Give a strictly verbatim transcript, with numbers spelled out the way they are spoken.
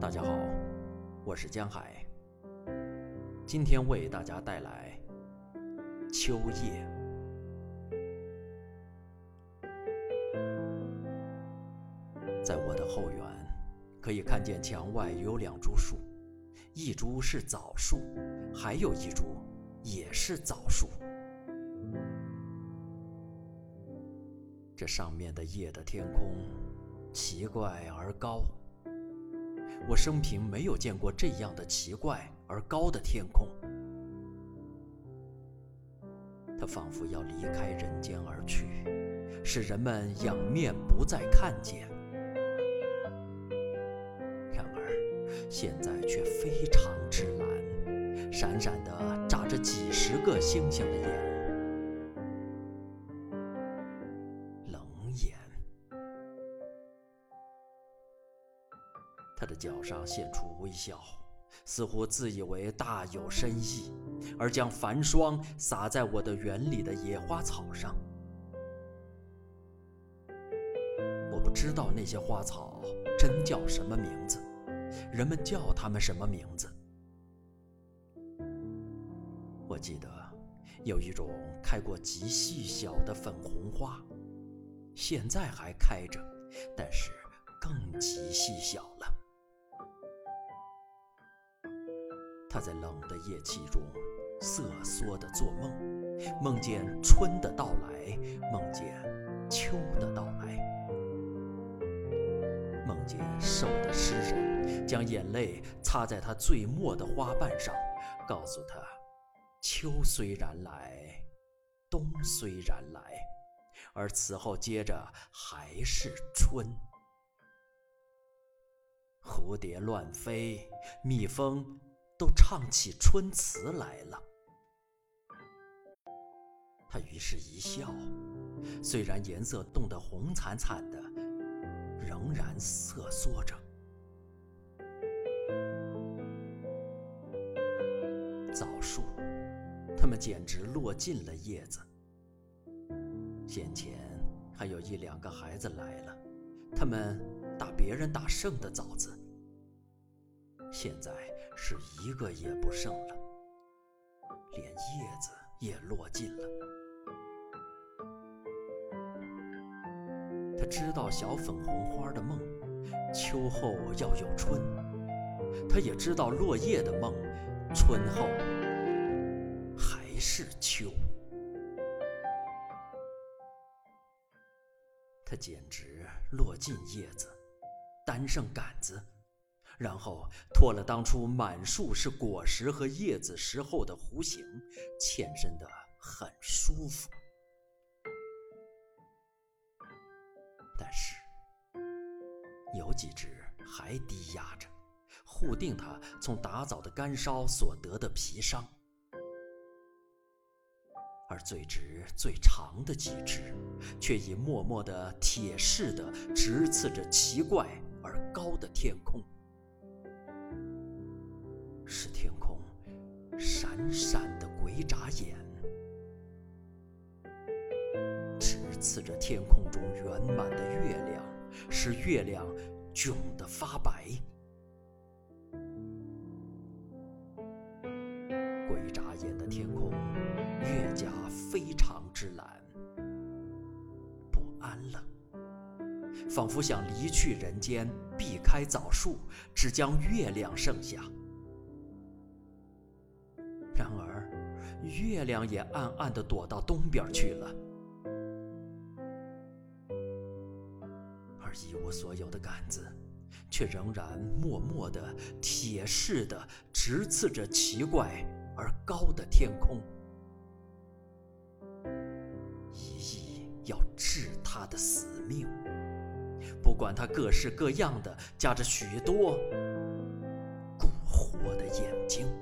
大家好，我是江海，今天为大家带来秋夜。在我的后园，可以看见墙外有两株树，一株是枣树，还有一株也是枣树。这上面的夜的天空奇怪而高，我生平没有见过这样的奇怪而高的天空。它仿佛要离开人间而去，使人们仰面不再看见。然而现在却非常之蓝，闪闪地眨着几十个星星的眼，冷眼。他的脚上现出微笑，似乎自以为大有深意，而将繁霜洒在我的园里的野花草上。我不知道那些花草真叫什么名字，人们叫它们什么名字。我记得有一种开过极细小的粉红花，现在还开着，但是更极细小了。他在冷的夜气中瑟缩地做梦，梦见春的到来，梦见秋的到来，梦见瘦的诗人将眼泪擦在他最末的花瓣上，告诉他秋虽然来，冬虽然来，而此后接着还是春。蝴蝶乱飞，蜜蜂都唱起春词来了。他于是一笑，虽然颜色冻得红惨惨的，仍然瑟缩着。枣树，它们简直落尽了叶子。先前还有一两个孩子来了，他们打别人打剩的枣子，现在是一个也不剩了，连叶子也落尽了。他知道小粉红花的梦，秋后要有春；他也知道落叶的梦，春后还是秋。他简直落尽叶子，单剩杆子，然后脱了当初满树是果实和叶子时候的弧形，欠身得很舒服。但是有几只还低压着，护定它从打枣的干烧所得的皮伤，而最直最长的几只却已默默地铁似的直刺着奇怪而高的天空，是天空闪闪的鬼眨眼，直刺着天空中圆满的月亮，使月亮窘得发白。鬼眨眼的天空越加非常之蓝，不安了，仿佛想离去人间，避开枣树，只将月亮剩下。然而月亮也暗暗地躲到东边去了，而一无所有的杆子却仍然默默地铁似的直刺着奇怪而高的天空，一意要治他的死命。不管他各式各样的夹着许多蛊惑的眼睛。